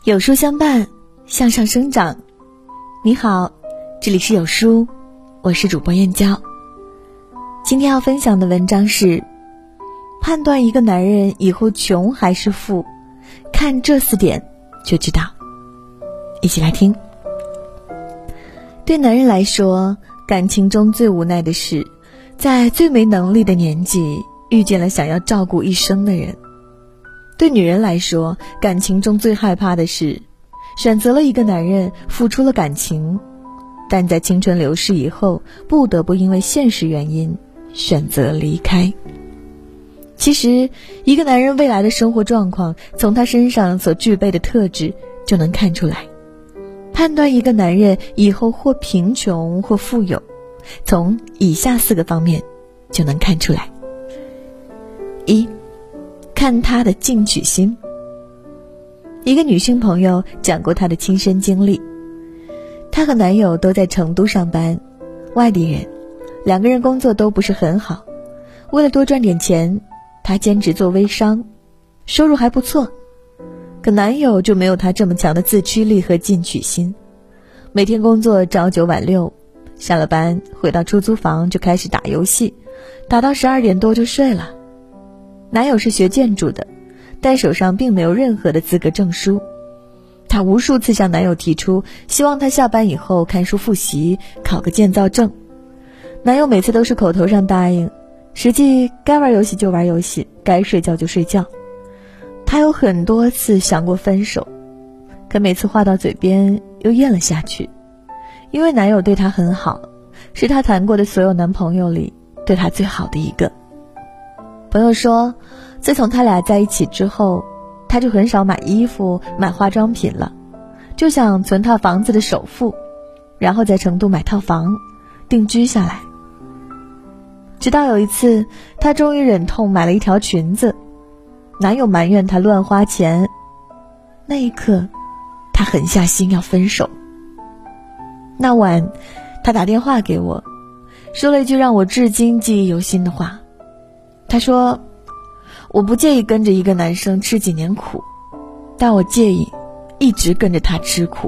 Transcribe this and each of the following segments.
有书相伴，向上生长。你好，这里是有书，我是主播燕娇。今天要分享的文章是判断一个男人以后穷还是富，看这4点就知道。一起来听。对男人来说，感情中最无奈的是在最没能力的年纪遇见了想要照顾一生的人。对女人来说，感情中最害怕的是选择了一个男人，付出了感情，但在青春流逝以后，不得不因为现实原因选择离开。其实一个男人未来的生活状况，从他身上所具备的特质就能看出来。判断一个男人以后或贫穷或富有，从以下4个方面就能看出来。1，看他的进取心。一个女性朋友讲过她的亲身经历，她和男友都在成都上班，外地人，2个人工作都不是很好。为了多赚点钱，她兼职做微商，收入还不错。可男友就没有她这么强的自驱力和进取心，每天工作朝9晚6，下了班回到出租房就开始打游戏，打到12点多就睡了。男友是学建筑的，但手上并没有任何的资格证书。她无数次向男友提出，希望他下班以后看书复习，考个建造证。男友每次都是口头上答应，实际该玩游戏就玩游戏，该睡觉就睡觉。她有很多次想过分手，可每次话到嘴边又咽了下去，因为男友对她很好，是她谈过的所有男朋友里对她最好的一个。朋友说，自从他俩在一起之后，他就很少买衣服买化妆品了，就想存套房子的首付，然后在成都买套房定居下来。直到有一次，他终于忍痛买了一条裙子，男友埋怨他乱花钱，那一刻他狠下心要分手。那晚他打电话给我，说了一句让我至今记忆犹新的话。他说，我不介意跟着一个男生吃几年苦，但我介意一直跟着他吃苦。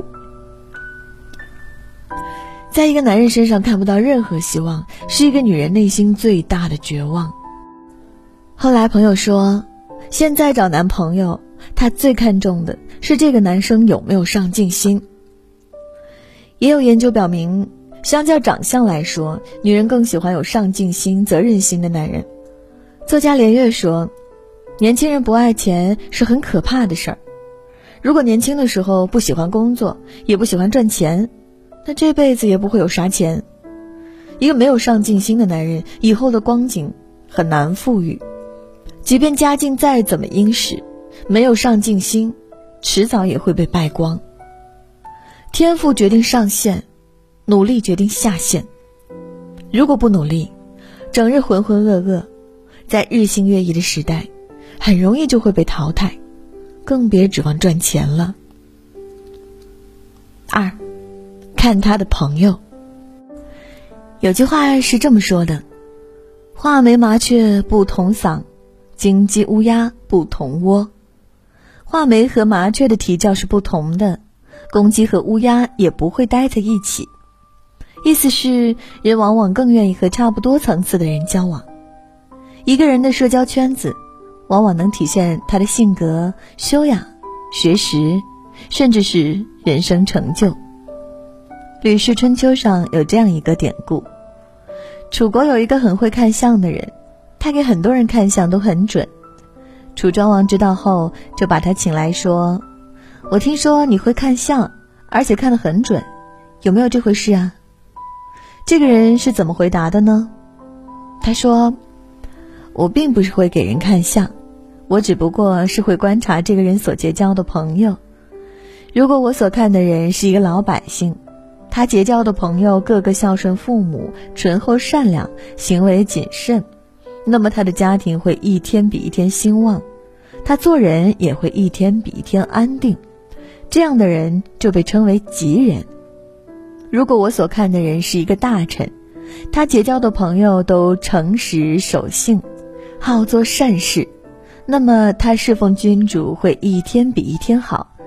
在一个男人身上看不到任何希望，是一个女人内心最大的绝望。后来朋友说，现在找男朋友，她最看重的是这个男生有没有上进心。也有研究表明，相较长相来说，女人更喜欢有上进心、责任心的男人。作家连岳说，年轻人不爱钱是很可怕的事儿。如果年轻的时候不喜欢工作，也不喜欢赚钱，那这辈子也不会有啥钱。一个没有上进心的男人，以后的光景很难富裕。即便家境再怎么殷实，没有上进心，迟早也会被败光。天赋决定上限，努力决定下限。如果不努力，整日浑浑噩噩，在日新月异的时代，很容易就会被淘汰，更别指望赚钱了。2，看他的朋友。有句话是这么说的，画眉麻雀不同嗓，金鸡乌鸦不同窝。画眉和麻雀的啼叫是不同的，公鸡和乌鸦也不会待在一起。意思是，人往往更愿意和差不多层次的人交往。一个人的社交圈子往往能体现他的性格、修养、学识，甚至是人生成就。吕氏春秋上有这样一个典故，楚国有一个很会看相的人，他给很多人看相都很准。楚庄王知道后，就把他请来说，我听说你会看相，而且看得很准，有没有这回事啊？这个人是怎么回答的呢？他说，我并不是会给人看相，我只不过是会观察这个人所结交的朋友。如果我所看的人是一个老百姓，他结交的朋友个个孝顺父母，醇厚善良，行为谨慎，那么他的家庭会一天比一天兴旺，他做人也会一天比一天安定，这样的人就被称为吉人。如果我所看的人是一个大臣，他结交的朋友都诚实守信，好做善事，那么他侍奉君主会一天比一天好，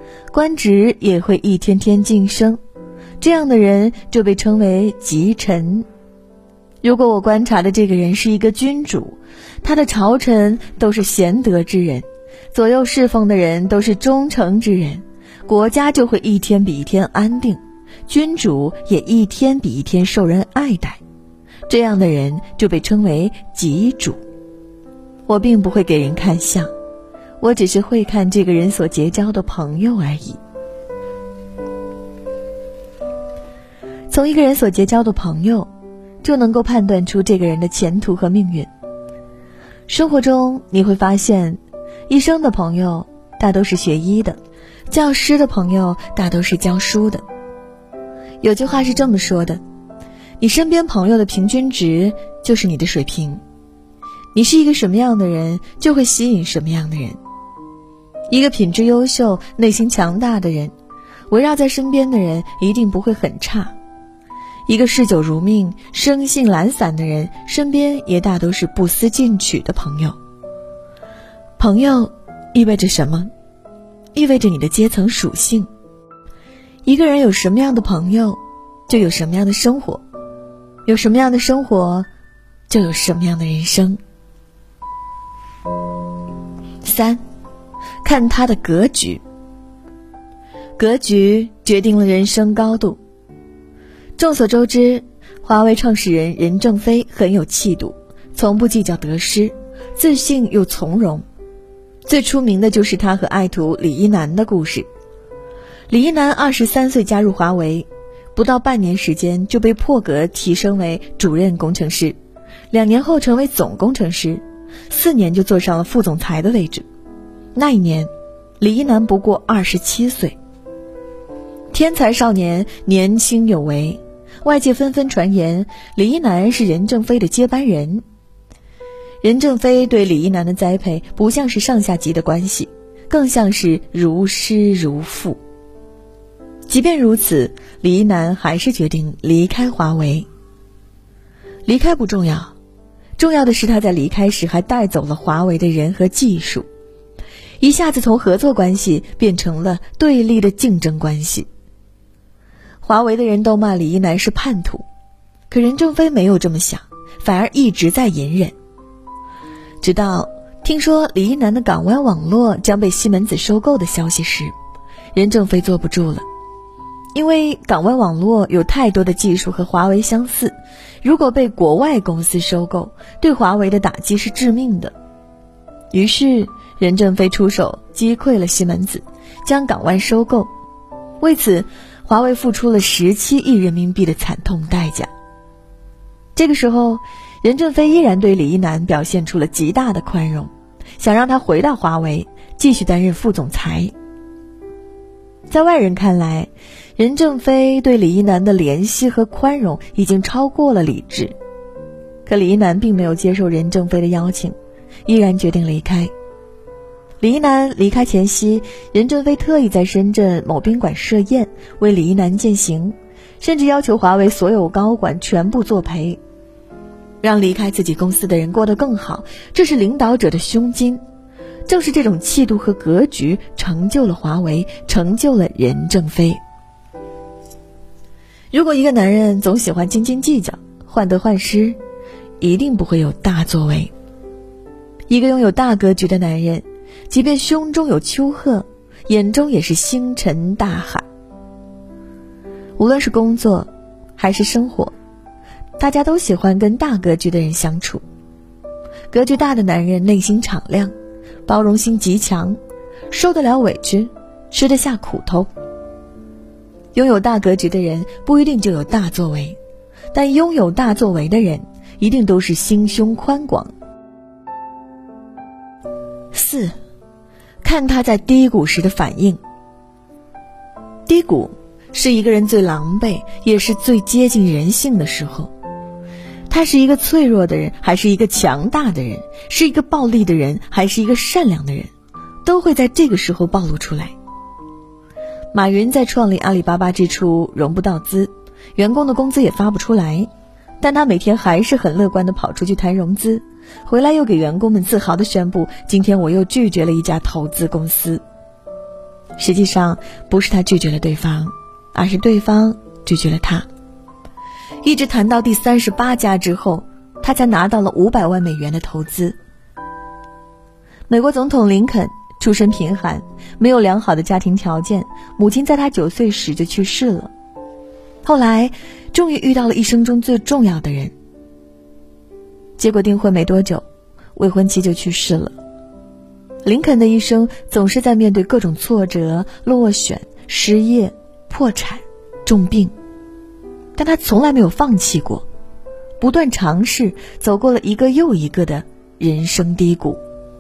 官职也会一天天晋升，这样的人就被称为吉臣。如果我观察的这个人是一个君主，他的朝臣都是贤德之人，左右侍奉的人都是忠诚之人，国家就会一天比一天安定，君主也一天比一天受人爱戴，这样的人就被称为吉主。我并不会给人看相，我只是会看这个人所结交的朋友而已。从一个人所结交的朋友，就能够判断出这个人的前途和命运。生活中你会发现，医生的朋友大都是学医的，教师的朋友大都是教书的。有句话是这么说的，你身边朋友的平均值就是你的水平，你是一个什么样的人，就会吸引什么样的人。一个品质优秀、内心强大的人，围绕在身边的人一定不会很差。一个嗜酒如命、生性懒散的人，身边也大都是不思进取的朋友。朋友意味着什么？意味着你的阶层属性。一个人有什么样的朋友，就有什么样的生活，有什么样的生活，就有什么样的人生。3，看他的格局。格局决定了人生高度。众所周知，华为创始人任正非很有气度，从不计较得失，自信又从容。最出名的就是他和爱徒李一男的故事。李一男23岁加入华为，不到半年时间就被破格提升为主任工程师，2年后成为总工程师，4年就坐上了副总裁的位置。那一年，李一男不过27岁。天才少年，年轻有为，外界纷纷传言李一男是任正非的接班人。任正非对李一男的栽培不像是上下级的关系，更像是如师如父。即便如此，李一男还是决定离开华为。离开不重要，重要的是他在离开时还带走了华为的人和技术，一下子从合作关系变成了对立的竞争关系。华为的人都骂李一男是叛徒，可任正非没有这么想，反而一直在隐忍。直到听说李一男的港湾网络将被西门子收购的消息时，任正非坐不住了。因为港湾网络有太多的技术和华为相似，如果被国外公司收购，对华为的打击是致命的。于是任正非出手击溃了西门子，将港湾收购。为此，华为付出了17亿人民币的惨痛代价。这个时候，任正非依然对李一男表现出了极大的宽容，想让他回到华为，继续担任副总裁。在外人看来，任正非对李一男的怜惜和宽容已经超过了理智。可李一男并没有接受任正非的邀请，依然决定离开。李一男离开前夕，任正非特意在深圳某宾馆设宴，为李一男饯行，甚至要求华为所有高管全部作陪，让离开自己公司的人过得更好，这是领导者的胸襟。正是这种气度和格局成就了华为，成就了任正非。如果一个男人总喜欢斤斤计较、患得患失，一定不会有大作为。一个拥有大格局的男人，即便胸中有丘壑，眼中也是星辰大海。无论是工作还是生活，大家都喜欢跟大格局的人相处。格局大的男人内心敞亮，包容心极强，受得了委屈，吃得下苦头。拥有大格局的人不一定就有大作为，但拥有大作为的人一定都是心胸宽广。4，看他在低谷时的反应。低谷是一个人最狼狈，也是最接近人性的时候。他是一个脆弱的人，还是一个强大的人，是一个暴力的人，还是一个善良的人，都会在这个时候暴露出来。马云在创立阿里巴巴之初融不到资，员工的工资也发不出来，但他每天还是很乐观地跑出去谈融资，回来又给员工们自豪地宣布，今天我又拒绝了一家投资公司。 实际上不是他拒绝了对方，而是对方拒绝了他。一直谈到第38家之后，他才拿到了500万美元的投资。美国总统林肯出身贫寒，没有良好的家庭条件，母亲在他9岁时就去世了。后来终于遇到了一生中最重要的人，结果订婚没多久，未婚妻就去世了。林肯的一生总是在面对各种挫折、落选、失业、破产、重病，但他从来没有放弃过，不断尝试，走过了一个又一个的人生低谷。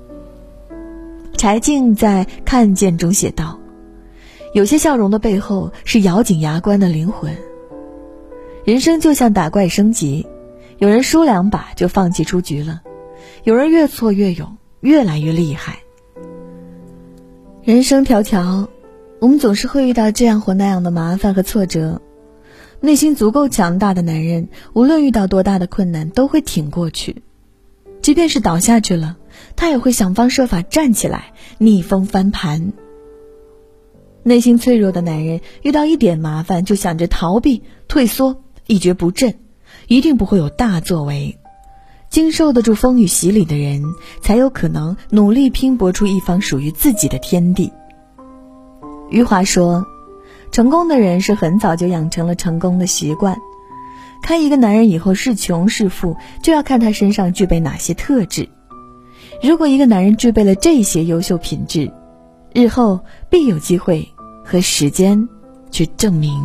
柴静在《看见》中写道，有些笑容的背后是咬紧牙关的灵魂。人生就像打怪升级，有人输2把就放弃出局了，有人越挫越勇，越来越厉害。人生迢迢，我们总是会遇到这样或那样的麻烦和挫折。内心足够强大的男人，无论遇到多大的困难都会挺过去，即便是倒下去了，他也会想方设法站起来，逆风翻盘。内心脆弱的男人遇到一点麻烦就想着逃避、退缩、一蹶不振，一定不会有大作为。经受得住风雨洗礼的人，才有可能努力拼搏出一方属于自己的天地。余华说，成功的人是很早就养成了成功的习惯。看一个男人以后是穷是富，就要看他身上具备哪些特质。如果一个男人具备了这些优秀品质，日后必有机会和时间去证明。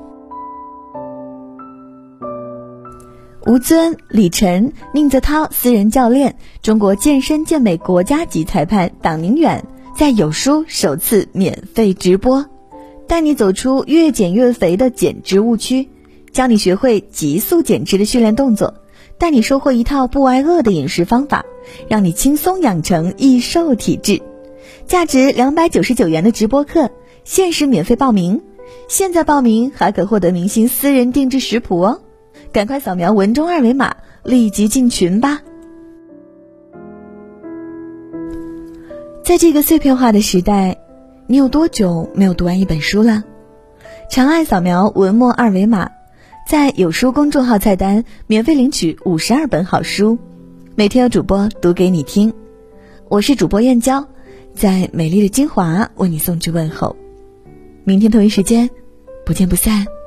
吴尊、李晨、宁泽涛私人教练，中国健身健美国家级裁判党宁远在有书首次免费直播，带你走出越减越肥的减脂误区，教你学会急速减脂的训练动作，带你收获一套不挨饿的饮食方法，让你轻松养成易瘦体质。价值299元的直播课，限时免费报名，现在报名还可获得明星私人定制食谱哦！赶快扫描文中2维码，立即进群吧。在这个碎片化的时代，你有多久没有读完一本书了？长按扫描文末2维码，在有书公众号菜单免费领取52本好书，每天有主播读给你听。我是主播燕娇，在美丽的金华为你送去问候。明天同一时间不见不散。